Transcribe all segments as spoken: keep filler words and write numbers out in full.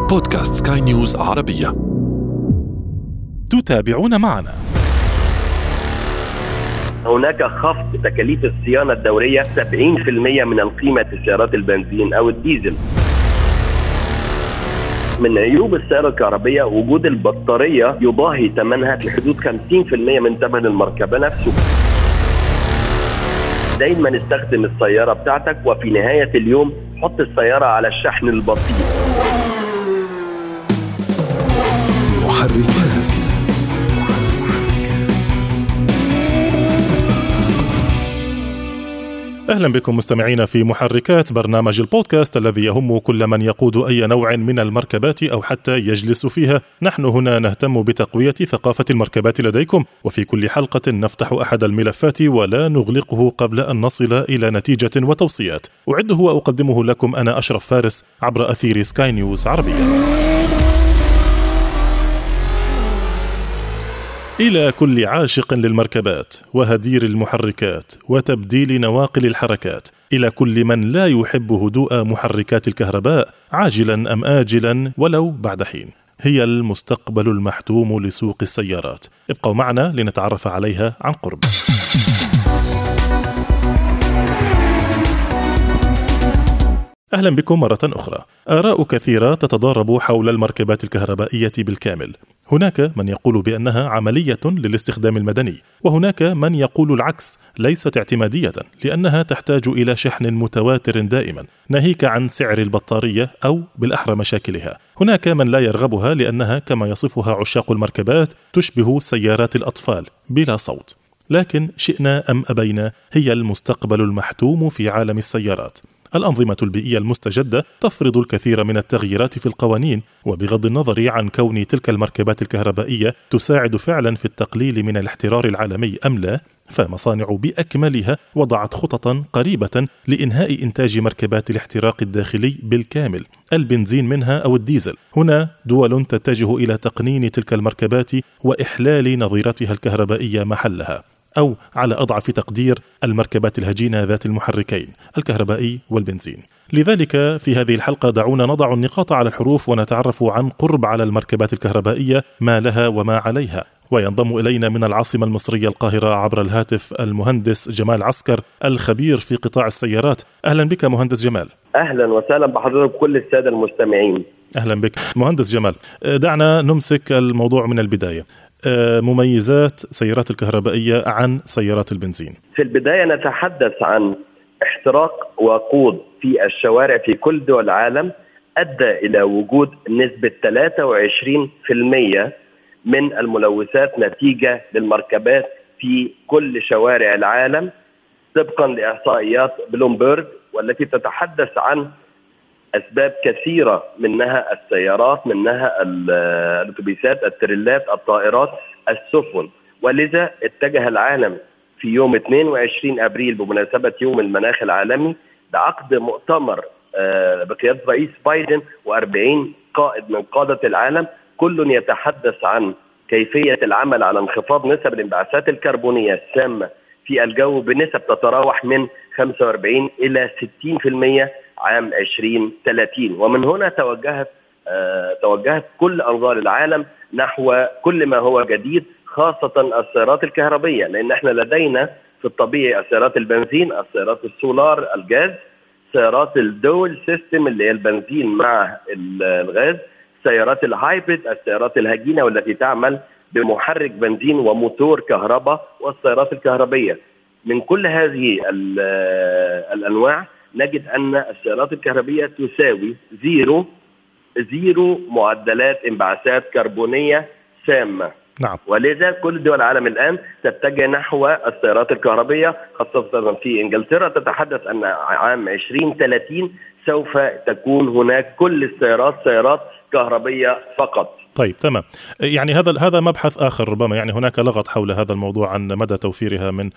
بودكاست سكاي نيوز عربية. تتابعون معنا. هناك خفض تكاليف الصيانة الدورية سبعين بالمئة من القيمة سيارات البنزين أو الديزل. من عيوب السيارة الكهربية وجود البطارية يضاهي ثمنها في حدود خمسين بالمئة من ثمن المركبة نفسه. دايما استخدم السيارة بتاعتك وفي نهاية اليوم حط السيارة على الشحن البطيء. محركات. أهلا بكم مستمعين في محركات، برنامج البودكاست الذي يهم كل من يقود أي نوع من المركبات أو حتى يجلس فيها. نحن هنا نهتم بتقوية ثقافة المركبات لديكم، وفي كل حلقة نفتح أحد الملفات ولا نغلقه قبل أن نصل إلى نتيجة وتوصيات. أعده وأقدمه لكم أنا أشرف فارس عبر أثير سكاي نيوز عربية. إلى كل عاشق للمركبات وهدير المحركات وتبديل نواقل الحركات، إلى كل من لا يحب هدوء محركات الكهرباء عاجلا أم آجلا ولو بعد حين، هي المستقبل المحتوم لسوق السيارات. ابقوا معنا لنتعرف عليها عن قرب. أهلا بكم مرة أخرى. آراء كثيرة تتضارب حول المركبات الكهربائية بالكامل. هناك من يقول بأنها عملية للاستخدام المدني، وهناك من يقول العكس، ليست اعتمادية لأنها تحتاج إلى شحن متواتر دائما، ناهيك عن سعر البطارية أو بالأحرى مشاكلها. هناك من لا يرغبها لأنها كما يصفها عشاق المركبات تشبه سيارات الأطفال بلا صوت. لكن شئنا أم أبينا هي المستقبل المحتوم في عالم السيارات. الأنظمة البيئية المستجدة تفرض الكثير من التغييرات في القوانين، وبغض النظر عن كون تلك المركبات الكهربائية تساعد فعلا في التقليل من الاحترار العالمي أم لا، فمصانع بأكملها وضعت خططا قريبة لإنهاء إنتاج مركبات الاحتراق الداخلي بالكامل، البنزين منها أو الديزل. هنا دول تتجه إلى تقنين تلك المركبات وإحلال نظيرتها الكهربائية محلها، أو على أضعف تقدير المركبات الهجينة ذات المحركين الكهربائي والبنزين. لذلك في هذه الحلقة دعونا نضع النقاط على الحروف ونتعرف عن قرب على المركبات الكهربائية، ما لها وما عليها. وينضم إلينا من العاصمة المصرية القاهرة عبر الهاتف المهندس جمال عسكر الخبير في قطاع السيارات. أهلا بك مهندس جمال. أهلا وسهلا بحضرتك كل السادة المستمعين. أهلا بك مهندس جمال. دعنا نمسك الموضوع من البداية. مميزات سيارات الكهربائية عن سيارات البنزين. في البداية نتحدث عن احتراق وقود في الشوارع في كل دول العالم أدى إلى وجود نسبة ثلاثة وعشرين بالمئة من الملوثات نتيجة للمركبات في كل شوارع العالم طبقا لإحصائيات بلومبرج، والتي تتحدث عن أسباب كثيرة، منها السيارات، منها الأتوبيسات، التريلات، الطائرات، السفن. ولذا اتجه العالم في يوم اثنين وعشرين أبريل بمناسبة يوم المناخ العالمي بعقد مؤتمر بقيادة رئيس بايدن وأربعين قائد من قادة العالم، كل يتحدث عن كيفية العمل على انخفاض نسب الانبعاثات الكربونية السامة في الجو بنسب تتراوح من خمسة وأربعين إلى ستين بالمئة عام عشرين ثلاثين. ومن هنا توجهت آه توجهت كل أنظار العالم نحو كل ما هو جديد، خاصة السيارات الكهربية، لأن احنا لدينا في الطبيعي السيارات البنزين، السيارات السولار، الغاز، سيارات الدول سيستم اللي هي البنزين مع الغاز، سيارات الهايبريد، السيارات الهجينة والتي تعمل بمحرك بنزين وموتور كهرباء، والسيارات الكهربية. من كل هذه الأنواع نجد أن السيارات الكهربية تساوي زيرو زيرو معدلات انبعاثات كربونية سامة. نعم. ولذا كل دول العالم الآن تتجه نحو السيارات الكهربية، خاصة في إنجلترا تتحدث أن عام عشرين ثلاثين سوف تكون هناك كل السيارات سيارات كهربية فقط. طيب تمام. يعني هذا هذا مبحث آخر ربما، يعني هناك لغط حول هذا الموضوع عن مدى توفيرها من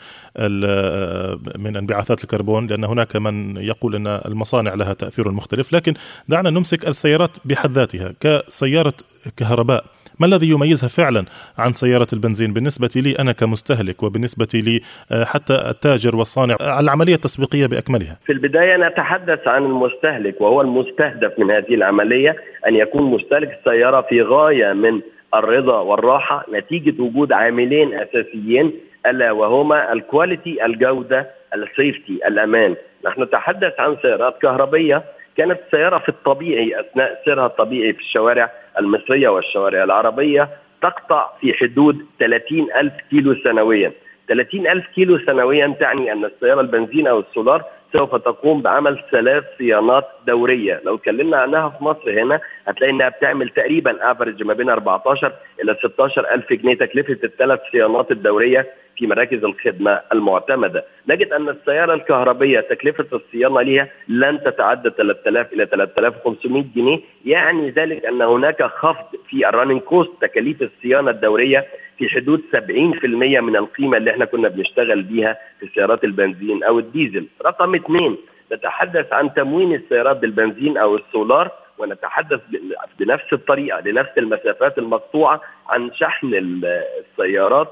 من انبعاثات الكربون، لأن هناك من يقول أن المصانع لها تأثير مختلف. لكن دعنا نمسك السيارات بحد ذاتها كسيارة كهرباء. ما الذي يميزها فعلا عن سيارة البنزين بالنسبة لي أنا كمستهلك وبالنسبة لي حتى التاجر والصانع، العملية التسويقية بأكملها؟ في البداية نتحدث عن المستهلك، وهو المستهدف من هذه العملية أن يكون مستهلك السيارة في غاية من الرضا والراحة نتيجة وجود عاملين أساسيين، ألا وهما الكواليتي، الجودة، السيفتي، الأمان. نحن نتحدث عن سيارات كهربية كانت السيارة في الطبيعي أثناء سيرها الطبيعي في الشوارع المصرية والشوارع العربية تقطع في حدود ثلاثين ألف كيلو سنويا. ثلاثين ألف كيلو سنويا تعني أن السيارة البنزين أو السولار سوف تقوم بعمل ثلاث صيانات دورية. لو اتكلمنا عنها في مصر هنا هتلاقي أنها بتعمل تقريبا افريج ما بين أربعة عشر إلى ستة عشر ألف جنيه تكلفة الثلاث صيانات الدورية في مراكز الخدمة المعتمدة. نجد أن السيارة الكهربية تكلفة الصيانة لها لن تتعدى ثلاثة آلاف إلى ثلاثة آلاف وخمسمائة جنيه، يعني ذلك أن هناك خفض في الرانينج كوست تكاليف الصيانة الدورية في حدود سبعين بالمئة من القيمة اللي احنا كنا بنشتغل بيها في سيارات البنزين أو الديزل. رقم اثنين، نتحدث عن تموين السيارات بالبنزين أو السولار، ونتحدث بنفس الطريقة لنفس المسافات المقطوعة عن شحن السيارات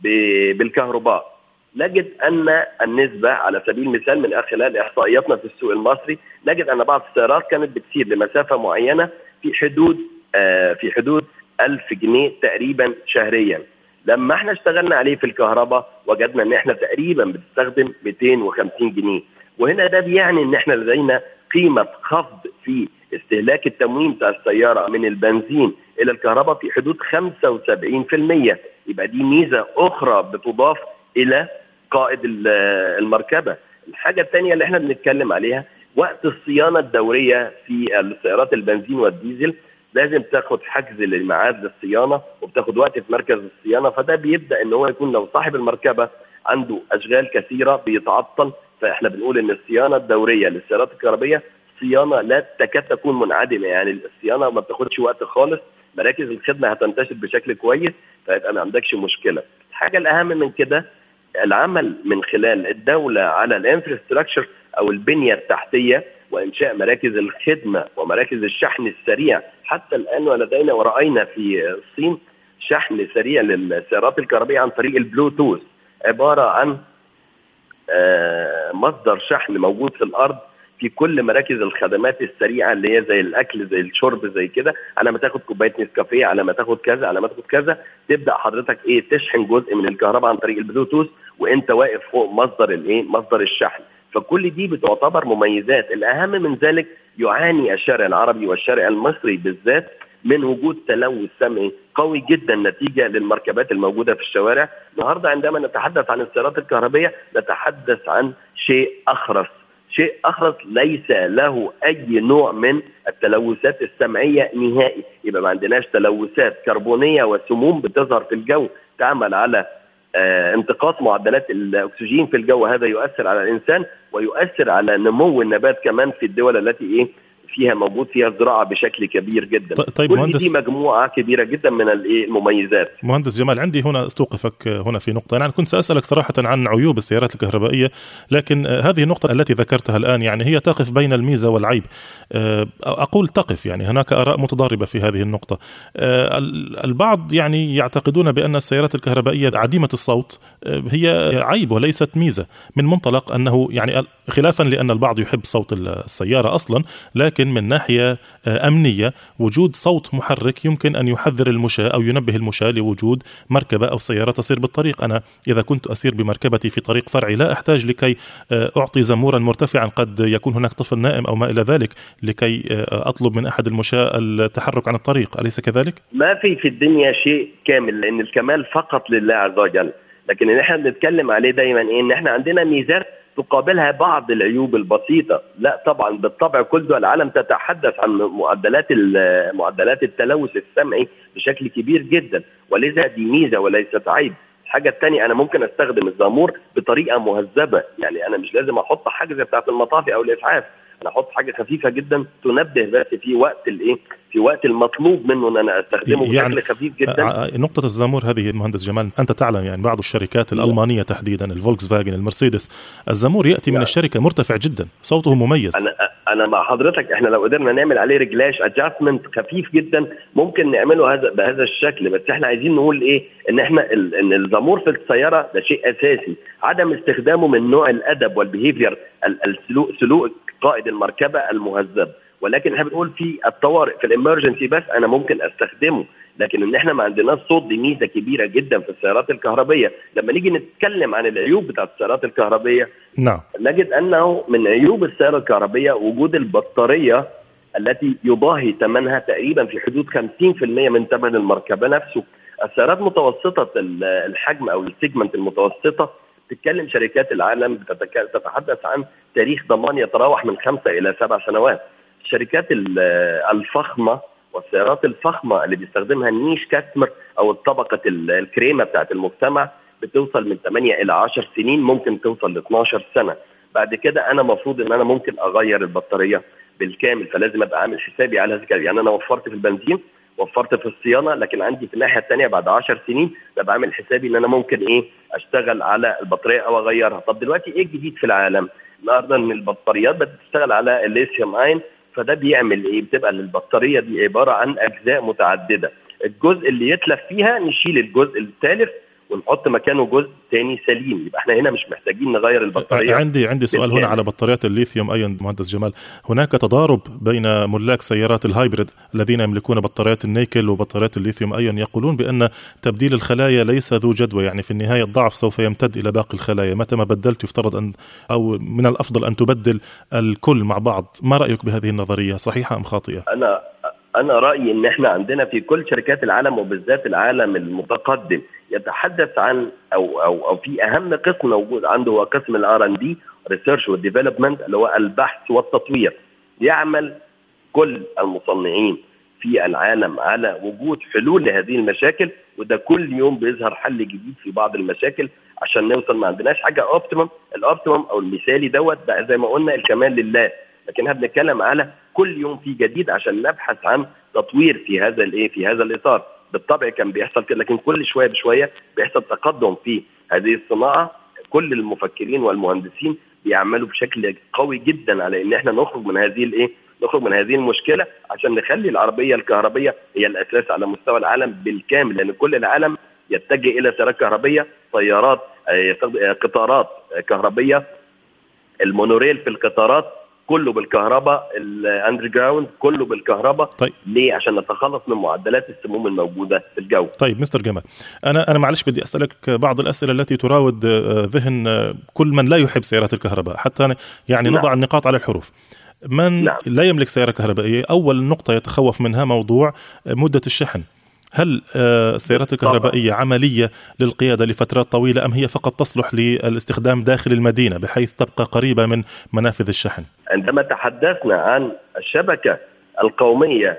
بالكهرباء. نجد أن النسبة على سبيل المثال من خلال إحصائياتنا في السوق المصري نجد أن بعض السيارات كانت بتسير لمسافة معينة في حدود آه في حدود ألف جنيه تقريبا شهريا. لما احنا اشتغلنا عليه في الكهرباء وجدنا ان احنا تقريبا بنستخدم مئتين وخمسين جنيه، وهنا ده بيعني ان احنا لدينا قيمة خفض في استهلاك التموين بتاع السيارة من البنزين الى الكهرباء في حدود خمسة وسبعين بالمئة. يبقى دي ميزة اخرى بتضاف الى قائد المركبة. الحاجة الثانية اللي احنا بنتكلم عليها وقت الصيانة الدورية في السيارات البنزين والديزل، لازم تاخد حجز للميعاد للصيانة وبتاخد وقت في مركز الصيانة، فده بيبدأ ان هو يكون لو صاحب المركبة عنده اشغال كثيرة بيتعطل، فاحنا بنقول ان الصيانة الدورية للسيارات الكهربية صيانة لا تكاد تكون منعدمة، يعني الصيانة ما بتاخدش وقت خالص، مراكز الخدمة هتنتشر بشكل كويس، فيبقى ما عندكش مشكلة. الحاجة الأهم من كده العمل من خلال الدولة على الانفراستراكشر أو البنية التحتية وإنشاء مراكز الخدمة ومراكز الشحن السريع. حتى الآن ولدينا ورأينا في الصين شحن سريع للسيارات الكهربية عن طريق البلوتوث، عبارة عن مصدر شحن موجود في الأرض في كل مراكز الخدمات السريعة اللي هي زي الأكل زي الشرب زي كده، على ما تاخد كوباية نسكافيه، على ما تاخد كذا، على ما تاخد كذا، تبدأ حضرتك إيه تشحن جزء من الكهرباء عن طريق البلوتوث وإنت واقف فوق مصدر الإيه مصدر الشحن. فكل دي بتعتبر مميزات. الأهم من ذلك يعاني الشارع العربي والشارع المصري بالذات من وجود تلوث سمعي قوي جدا نتيجة للمركبات الموجودة في الشوارع. النهاردة عندما نتحدث عن السيارات الكهربية نتحدث عن شيء أخرس، شيء أخرس ليس له أي نوع من التلوثات السمعية نهائي. يبقى ما عندناش تلوثات كربونية وسموم بتظهر في الجو تعمل على آه انتقاص معدلات الأكسجين في الجو، هذا يؤثر على الإنسان ويؤثر على نمو النبات كمان في الدول التي إيه فيها موجود فيها الزراعة بشكل كبير جدا. طيب مهندس، دي مجموعة كبيرة جدا من المميزات. مهندس جمال، عندي هنا استوقفك هنا في نقطة. يعني كنت سأسألك صراحة عن عيوب السيارات الكهربائية، لكن هذه النقطة التي ذكرتها الآن يعني هي تقف بين الميزة والعيب. أقول تقف، يعني هناك آراء متضاربة في هذه النقطة. البعض يعني يعتقدون بأن السيارات الكهربائية عديمة الصوت هي عيب وليست ميزة، من منطلق أنه يعني خلافا لأن البعض يحب صوت السيارة أصلا، لكن من ناحية أمنية وجود صوت محرك يمكن أن يحذر المشاة أو ينبه المشاة لوجود مركبة أو سيارة تسير بالطريق. أنا إذا كنت أسير بمركبتي في طريق فرعي لا أحتاج لكي أعطي زمورا مرتفعا، قد يكون هناك طفل نائم أو ما إلى ذلك، لكي أطلب من أحد المشاة التحرك عن الطريق. أليس كذلك؟ ما في في الدنيا شيء كامل، لأن الكمال فقط لله عز وجل، لكن اللي احنا بنتكلم عليه دايما إيه إن احنا عندنا ميزات تقابلها بعض العيوب البسيطة. لا طبعا بالطبع كل دول العالم تتحدث عن معدلات معدلات التلوث السمعي بشكل كبير جدا، ولذا دي ميزة وليست عيب. الحاجة الثانية أنا ممكن أستخدم الزامور بطريقة مهذبة، يعني أنا مش لازم أحط حاجزة بتاعت المطافي أو الإسعاف، انا احط حاجه خفيفه جدا تنبه بس في وقت الايه في وقت المطلوب منه ان انا استخدمه يعني بشكل خفيف جدا. نقطه الزامور هذه المهندس جمال، انت تعلم يعني بعض الشركات الالمانيه تحديدا الفولكس فاجن المرسيدس، الزامور ياتي من الشركه مرتفع جدا، صوته مميز. انا انا مع حضرتك، احنا لو قدرنا نعمل عليه رجلاش ادجستمنت خفيف جدا ممكن نعمله هذا بهذا الشكل، بس احنا عايزين نقول ايه، ان احنا ان الزامور في السياره ده شيء اساسي، عدم استخدامه من نوع الادب والبيهيفير، السلوك سلوك قائد المركبه المهذب. ولكن احنا بنقول في الطوارئ في الامرجنسي بس انا ممكن استخدمه، لكن ان احنا ما عندناش صوت دي ميزه كبيره جدا في السيارات الكهربائيه. لما نيجي نتكلم عن العيوب بتاعت السيارات الكهربائيه نعم نجد انه من عيوب السياره الكهربائيه وجود البطاريه التي يضاهي ثمنها تقريبا في حدود خمسين بالمئة من ثمن المركبه نفسه. السيارات متوسطه الحجم او السيجمنت المتوسطه تتكلم شركات العالم تتحدث عن تاريخ ضمان يتراوح من خمسة الى سبع سنوات. الشركات الفخمه والسيارات الفخمه اللي بيستخدمها النيش كاستمر او الطبقه الكريمه بتاعت المجتمع بتوصل من ثمانية الى عشر سنين، ممكن توصل ل اثناشر سنه. بعد كده انا مفروض ان انا ممكن اغير البطاريه بالكامل، فلازم ابقى عامل حسابي على هذا الكلام. يعني انا وفرت في البنزين، وفرت في الصيانه، لكن عندي في الناحيه الثانيه بعد عشر سنين ببقى عامل حسابي ان انا ممكن ايه اشتغل على البطاريه او اغيرها. طب دلوقتي ايه الجديد في العالم النهارده؟ ان البطاريات بتشتغل على الليثيوم اين، فده بيعمل ايه؟ بتبقى البطاريه دي عباره عن اجزاء متعدده، الجزء اللي يتلف فيها نشيل الجزء التالف ونحط مكانه جزء تاني سليم. يبقى احنا هنا مش محتاجين نغير البطاريه. عندي عندي سؤال هنا على بطاريات الليثيوم ايون مهندس جمال. هناك تضارب بين ملاك سيارات الهايبريد الذين يملكون بطاريات النيكل وبطاريات الليثيوم ايون، يقولون بان تبديل الخلايا ليس ذو جدوى، يعني في النهايه الضعف سوف يمتد الى باقي الخلايا، متى ما بدلت يفترض ان او من الافضل ان تبدل الكل مع بعض. ما رايك بهذه النظريه، صحيحه ام خاطئه؟ انا انا رايي ان احنا عندنا في كل شركات العالم وبالذات العالم المتقدم يتحدث عن او او او في اهم قسم موجود عنده هو قسم الار ان دي ريسيرش والديفلوبمنت، اللي هو البحث والتطوير. يعمل كل المصنعين في العالم على وجود حلول لهذه المشاكل، وده كل يوم بيظهر حل جديد في بعض المشاكل عشان نوصل. ما عندناش حاجه اوبتيمم، الاوبتيمم او المثالي دوت بقى زي ما قلنا الكمال لله، لكن احنا بنتكلم على كل يوم في جديد عشان نبحث عن تطوير في هذا الايه في هذا الاطار. بالطبع كان بيحصل كده، لكن كل شويه بشويه بيحصل تقدم في هذه الصناعه. كل المفكرين والمهندسين بيعملوا بشكل قوي جدا على ان احنا نخرج من هذه الايه نخرج من هذه المشكله عشان نخلي العربيه الكهربيه هي الاساس على مستوى العالم بالكامل، لان كل العالم يتجه الى سيارات كهربيه، طيارات، قطارات كهربيه، المونوريل في القطارات كله بالكهرباء، الاندر جراوند كله بالكهرباء. طيب. ليه؟ عشان نتخلص من معدلات السموم الموجوده في الجو. طيب مستر جمال، انا انا معلش بدي اسالك بعض الاسئله التي تراود ذهن كل من لا يحب سيارات الكهرباء، حتى يعني نضع نعم. النقاط على الحروف. من نعم. لا يملك سياره كهربائيه، اول نقطه يتخوف منها موضوع مده الشحن. هل السيارات الكهربائية عملية للقيادة لفترات طويلة أم هي فقط تصلح للاستخدام داخل المدينة بحيث تبقى قريبة من منافذ الشحن؟ عندما تحدثنا عن الشبكة القومية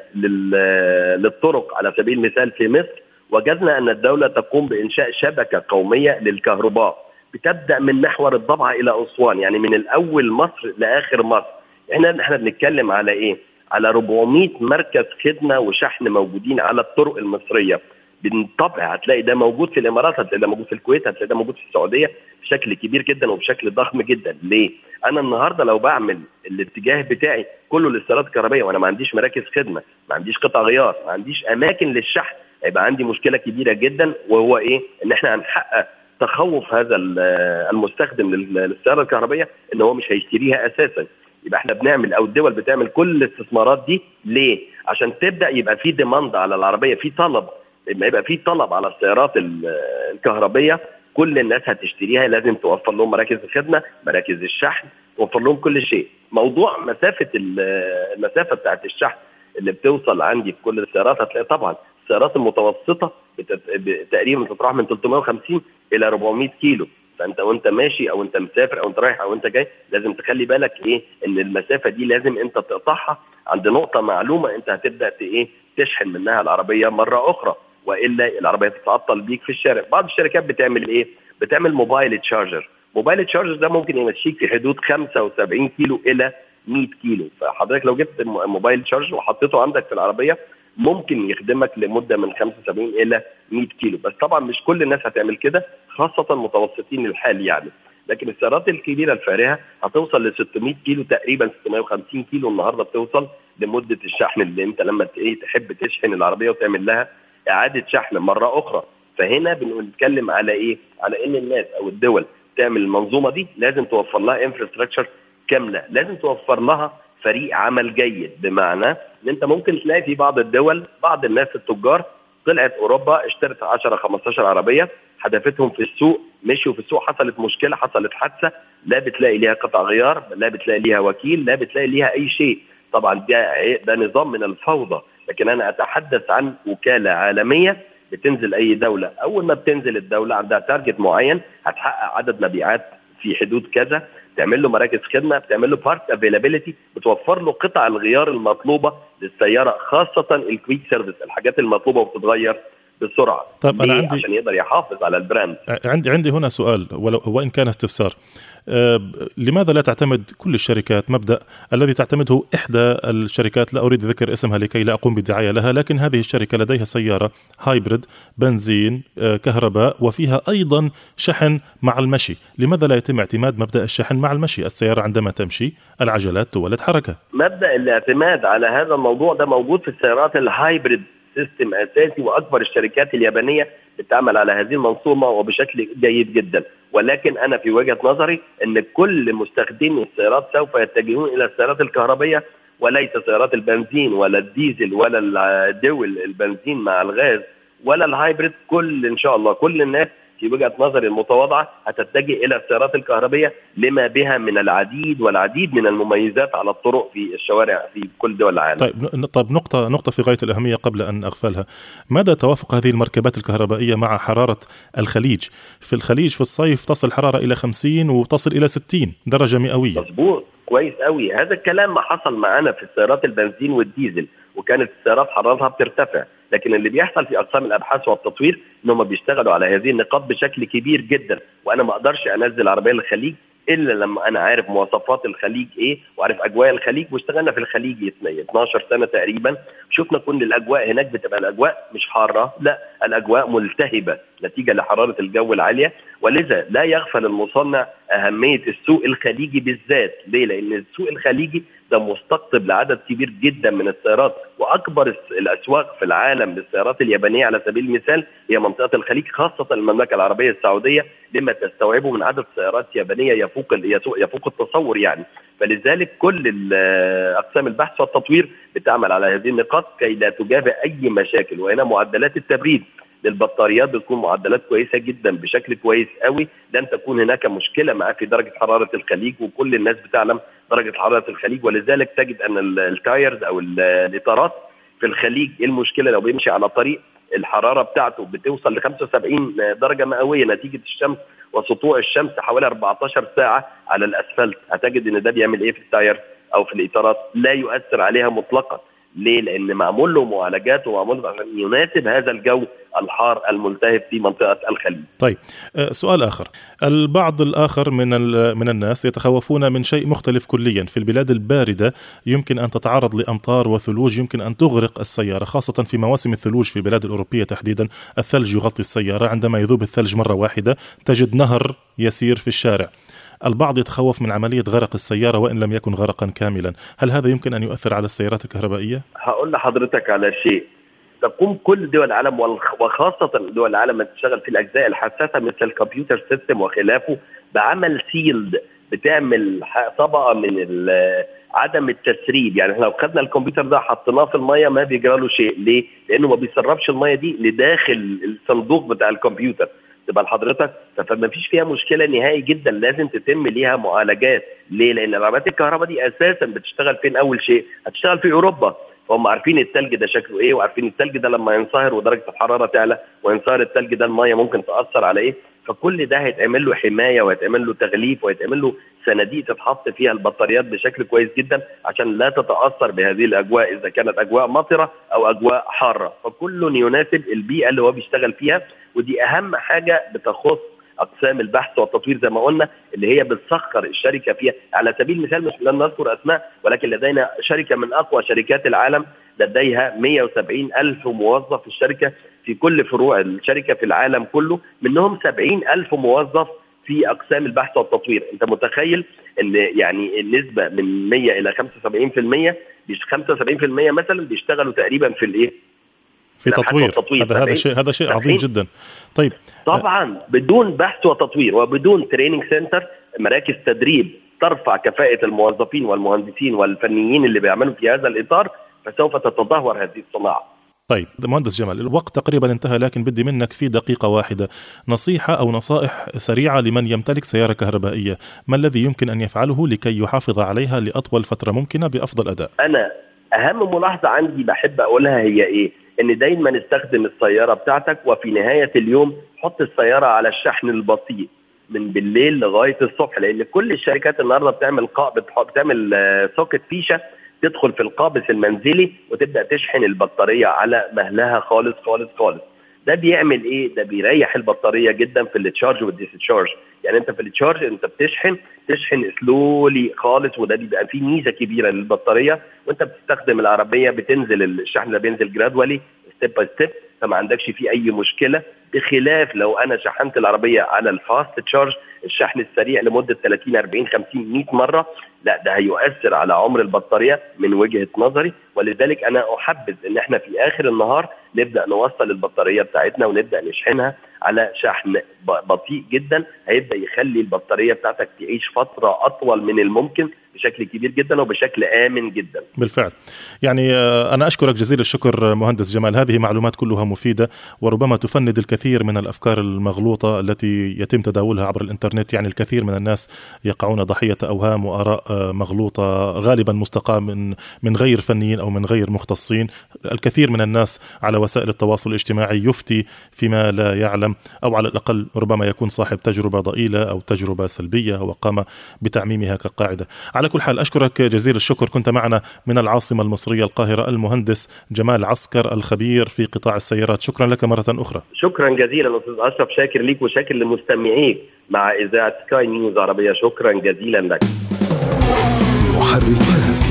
للطرق على سبيل المثال في مصر، وجدنا أن الدولة تقوم بإنشاء شبكة قومية للكهرباء بتبدأ من محور الضبعة إلى أسوان، يعني من الأول مصر لآخر مصر. احنا احنا بنتكلم على إيه؟ على أربعمائة مركز خدمة وشحن موجودين على الطرق المصرية. بالطبع هتلاقي ده موجود في الإمارات، هتلاقي ده موجود في الكويت، هتلاقي ده موجود في السعودية بشكل كبير جدا وبشكل ضخم جدا. ليه؟ أنا النهاردة لو بعمل الاتجاه بتاعي كله للسيارات الكهربائية وأنا ما عنديش مراكز خدمة، ما عنديش قطع غيار، ما عنديش أماكن للشحن، هيبقى عندي مشكلة كبيرة جدا، وهو إيه؟ إن إحنا هنحقق تخوف هذا المستخدم للسيارة الكهربائية إن هو مش هيشتريها أساسا. يبقى احنا بنعمل او الدول بتعمل كل الاستثمارات دي ليه؟ عشان تبدا يبقى في ديماند على العربيه، في طلب. لما يبقى في طلب على السيارات الكهربيه كل الناس هتشتريها، لازم توفر لهم مراكز الخدمه، مراكز الشحن، توفر لهم كل شيء. موضوع مسافه المسافه بتاعت الشحن اللي بتوصل عندي في كل السيارات، هتلاقي طبعا السيارات المتوسطه تقريبا بتتراوح من ثلاثمائة وخمسين الى أربعمائة كيلو. فانت وانت ماشي او انت مسافر او انت رايح او انت جاي لازم تخلي بالك ايه ان المسافه دي لازم انت تقطعها عند نقطه معلومه انت هتبدا ايه تشحن منها العربيه مره اخرى، والا العربيه تتعطل بيك في الشارع. بعض الشركات بتعمل ايه؟ بتعمل موبايل تشارجر. موبايل تشارجر ده ممكن يمشيك في حدود خمسة وسبعين كيلو الى مية كيلو. فحضرتك لو جبت موبايل شارج وحطيته عندك في العربيه ممكن يخدمك لمده من خمسة وسبعين الى مية كيلو، بس طبعا مش كل الناس هتعمل كده، خاصه متوسطين الحال يعني. لكن السيارات الكبيره الفارهه هتوصل ل ستمية كيلو تقريبا، ستمية وخمسين كيلو النهارده بتوصل لمده الشحن اللي انت لما تحب تشحن العربيه وتعمل لها اعاده شحن مره اخرى. فهنا بنتكلم على ايه؟ على ان الناس او الدول تعمل المنظومه دي لازم توفر لها انفراستراكشر كامله، لازم توفر لها فريق عمل جيد. بمعنى ان انت ممكن تلاقي في بعض الدول بعض الناس التجار طلعت اوروبا اشترت عشرة خمستاشر عربيه، حدفتهم في السوق، مشوا في السوق، حصلت مشكله، حصلت حادثه، لا بتلاقي ليها قطع غيار، لا بتلاقي ليها وكيل، لا بتلاقي ليها اي شيء. طبعا ده ده نظام من الفوضى. لكن انا اتحدث عن وكاله عالميه بتنزل اي دوله، اول ما بتنزل الدوله عندها تارجت معين، هتحقق عدد مبيعات في حدود كذا، تعمل له مراكز خدمه، بتعمل له بارت افيلابيلتي، بتوفر له قطع الغيار المطلوبه للسياره، خاصه الكويك سيرفيس، الحاجات المطلوبه وبتتغير بسرعه. طب انا عندي عشان يقدر يحافظ على البراند. عندي عندي هنا سؤال ولو وان كان استفسار. أه لماذا لا تعتمد كل الشركات مبدأ الذي تعتمده إحدى الشركات، لا أريد ذكر اسمها لكي لا أقوم بالدعاية لها، لكن هذه الشركة لديها سيارة هايبريد بنزين أه كهرباء وفيها أيضا شحن مع المشي، لماذا لا يتم اعتماد مبدأ الشحن مع المشي؟ السيارة عندما تمشي العجلات تولد حركة. مبدأ الاعتماد على هذا الموضوع ده موجود في السيارات الهايبريد سيستم أساسي، وأكبر الشركات اليابانية بتعمل على هذه المنظومة وبشكل جيد جدا. ولكن أنا في وجهة نظري أن كل مستخدمي السيارات سوف يتجهون إلى السيارات الكهربية وليس سيارات البنزين ولا الديزل ولا الدول البنزين مع الغاز ولا الهايبريد. كل إن شاء الله كل الناس في وجهة نظري المتواضعة هتتجه إلى السيارات الكهربية لما بها من العديد والعديد من المميزات على الطرق في الشوارع في كل دول العالم. طيب طب نقطة نقطة في غاية الأهمية قبل أن أغفلها، ماذا توافق هذه المركبات الكهربائية مع حرارة الخليج؟ في الخليج في الصيف تصل الحرارة إلى خمسين وتصل إلى ستين درجة مئوية. مظبوط، كويس قوي. هذا الكلام ما حصل معنا في السيارات البنزين والديزل، وكانت السيارات حرارتها بترتفع. لكن اللي بيحصل في أقسام الأبحاث والتطوير إنهم بيشتغلوا على هذه النقاط بشكل كبير جدا، وأنا ما أقدرش أنزل عربية للخليج إلا لما أنا عارف مواصفات الخليج إيه وعارف أجواء الخليج. واشتغلنا في الخليج اتناشر سنة تقريبا، شفنا كل الأجواء هناك بتبقى الأجواء مش حارة، لا الأجواء ملتهبة نتيجة لحرارة الجو العالية. ولذا لا يغفل المصنع أهمية السوق الخليجي بالذات. ليه؟ لأن السوق الخليجي ده مستقطب لعدد كبير جدا من السيارات، وأكبر الأسواق في العالم للسيارات اليابانية على سبيل المثال هي منطقة الخليج، خاصة المملكة العربية السعودية، لما تستوعبه من عدد سيارات يابانية يفوق يفوق التصور يعني. فلذلك كل أقسام البحث والتطوير بتعمل على هذه النقاط كي لا تجابه أي مشاكل. وهنا معدلات التبريد للبطاريات بتكون معدلات كويسة جدا بشكل كويس قوي، لن تكون هناك مشكلة معاه في درجة حرارة الخليج، وكل الناس بتعلم درجة حرارة الخليج. ولذلك تجد أن التايرز أو الإطارات في الخليج المشكلة لو بيمشي على طريق الحرارة بتاعته بتوصل ل خمسة وسبعين درجة مئوية نتيجة الشمس وسطوع الشمس حوالي أربعتاشر ساعة على الأسفلت. هتجد أن ده بيعمل إيه في التاير أو في الإطارات؟ لا يؤثر عليها مطلقا. ليه؟ لأن معمول له معالجات ومعمول له يناسب هذا الجو الحار الملتهب في منطقة الخليج. طيب سؤال آخر، البعض الآخر من من الناس يتخوفون من شيء مختلف كليا. في البلاد الباردة يمكن أن تتعرض لأمطار وثلوج يمكن أن تغرق السيارة، خاصة في مواسم الثلوج في البلاد الأوروبية تحديدا. الثلج يغطي السيارة، عندما يذوب الثلج مرة واحدة تجد نهر يسير في الشارع. البعض يتخوف من عملية غرق السيارة وإن لم يكن غرقا كاملا. هل هذا يمكن أن يؤثر على السيارات الكهربائية؟ هقول لحضرتك على شيء. تقوم كل دول العالم وخاصة دول العالم اللي تشتغل في الأجزاء الحساسة مثل الكمبيوتر سيستم وخلافه بعمل سيلد، بتعمل طبقة من عدم التسريب. يعني احنا لو خدنا الكمبيوتر ده حطيناه في المية ما بيجرى له شيء. ليه؟ لأنه ما بيسربش المية دي لداخل الصندوق بتاع الكمبيوتر. تبقى لحضرتك فما فيش فيها مشكلة نهائي جدا، لازم تتم ليها معالجات. ليه؟ لأن العربيات الكهرباء دي أساسا بتشتغل فين؟ أول شيء هتشتغل في أوروبا، فهم عارفين التلج ده شكله إيه، وعارفين التلج ده لما ينصهر ودرجة الحرارة تعلى وينصهر التلج ده المية ممكن تأثر على إيه. فكل ده هيتعمل له حماية وهيتعمل له تغليف وهيتعمل له صناديق تتحط فيها البطاريات بشكل كويس جدا عشان لا تتأثر بهذه الأجواء إذا كانت أجواء مطرة أو أجواء حارة. فكل يناسب البيئة اللي هو بيشتغل فيها، ودي أهم حاجة بتخص اقسام البحث والتطوير زي ما قلنا اللي هي بتسخر الشركه فيها. على سبيل المثال مش لن نذكر اسماء، ولكن لدينا شركه من اقوى شركات العالم لديها مئة وسبعين ألف موظف في الشركه في كل فروع الشركه في العالم كله، منهم سبعين ألف موظف في اقسام البحث والتطوير. انت متخيل ان يعني النسبه من مئة الى خمسة وسبعين بالمئة، مش خمسة وسبعين بالمئة مثلا بيشتغلوا تقريبا في الايه في تطوير. هذا هذا شيء هذا شيء عظيم جدا. طيب طبعا بدون بحث وتطوير وبدون تريننج سنتر، مراكز تدريب ترفع كفاءة الموظفين والمهندسين والفنيين اللي بيعملوا في هذا الإطار، فسوف تتدهور هذه الصناعة. طيب مهندس جمال، الوقت تقريبا انتهى، لكن بدي منك في دقيقة واحدة نصيحة أو نصائح سريعة لمن يمتلك سيارة كهربائية. ما الذي يمكن أن يفعله لكي يحافظ عليها لأطول فترة ممكنة بأفضل أداء؟ أنا أهم ملاحظة عندي بحب أقولها هي إيه؟ إن دايما استخدم السيارة بتاعتك، وفي نهاية اليوم حط السيارة على الشحن البطيء من بالليل لغاية الصبح، لأن كل الشركات النهاردة بتعمل قاب بتعمل سوكت فيشة تدخل في القابس المنزلي وتبدأ تشحن البطارية على مهلها خالص خالص خالص. ده بيعمل ايه؟ ده بيريح البطارية جدا في التشارج والديسشارج. يعني انت في التشارج انت بتشحن تشحن سلولي خالص، وده بيبقى فيه ميزة كبيرة للبطارية. وانت بتستخدم العربية بتنزل الشحن ده بينزل جرادولي ستيب باي ستيب، فما عندكش فيه اي مشكلة، بخلاف لو انا شحنت العربية على الفاست تشارج الشحن السريع لمدة ثلاثين أربعين خمسين مئة مرة، لا ده هيؤثر على عمر البطارية من وجهة نظري. ولذلك أنا أحبذ إن احنا في آخر النهار نبدأ نوصل البطارية بتاعتنا ونبدأ نشحنها على شحن بطيء جدا، هيبدأ يخلي البطارية بتاعتك تعيش فترة أطول من الممكن بشكل كبير جدا وبشكل آمن جدا. بالفعل. يعني أنا أشكرك جزيل الشكر مهندس جمال، هذه معلومات كلها مفيدة وربما تفند الكثير من الأفكار المغلوطة التي يتم تداولها عبر الإنترنت. يعني الكثير من الناس يقعون ضحية أوهام وآراء مغلوطة غالبا مستقاة من من غير فنيين أو من غير مختصين. الكثير من الناس على وسائل التواصل الاجتماعي يفتي فيما لا يعلم، أو على الأقل ربما يكون صاحب تجربة ضئيلة أو تجربة سلبية وقام بتعميمها كقاعدة. على كل حال أشكرك جزيل الشكر، كنت معنا من العاصمة المصرية القاهرة المهندس جمال عسكر الخبير في قطاع السيارات. شكرا لك مرة أخرى. شكرا جزيلا أستاذ أشرف، شاكر ليك وشاكر لمستمعيك مع إذاعة سكاي نيوز عربية. شكرا جزيلا لك. محركات.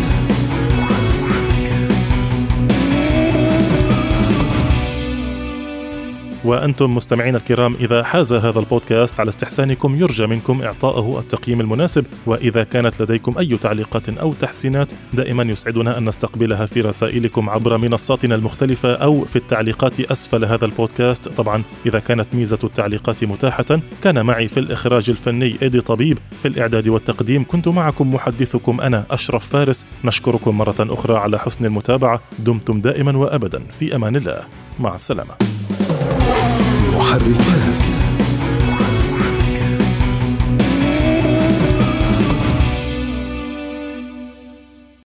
وأنتم مستمعين الكرام، إذا حاز هذا البودكاست على استحسانكم يرجى منكم إعطائه التقييم المناسب، وإذا كانت لديكم أي تعليقات أو تحسينات دائما يسعدنا أن نستقبلها في رسائلكم عبر منصاتنا المختلفة أو في التعليقات أسفل هذا البودكاست. طبعا إذا كانت ميزة التعليقات متاحة. كان معي في الإخراج الفني إيدي طبيب، في الإعداد والتقديم كنت معكم محدثكم أنا أشرف فارس. نشكركم مرة أخرى على حسن المتابعة. دمتم دائما وأبدا في أمان الله. مع السلامة. محركات.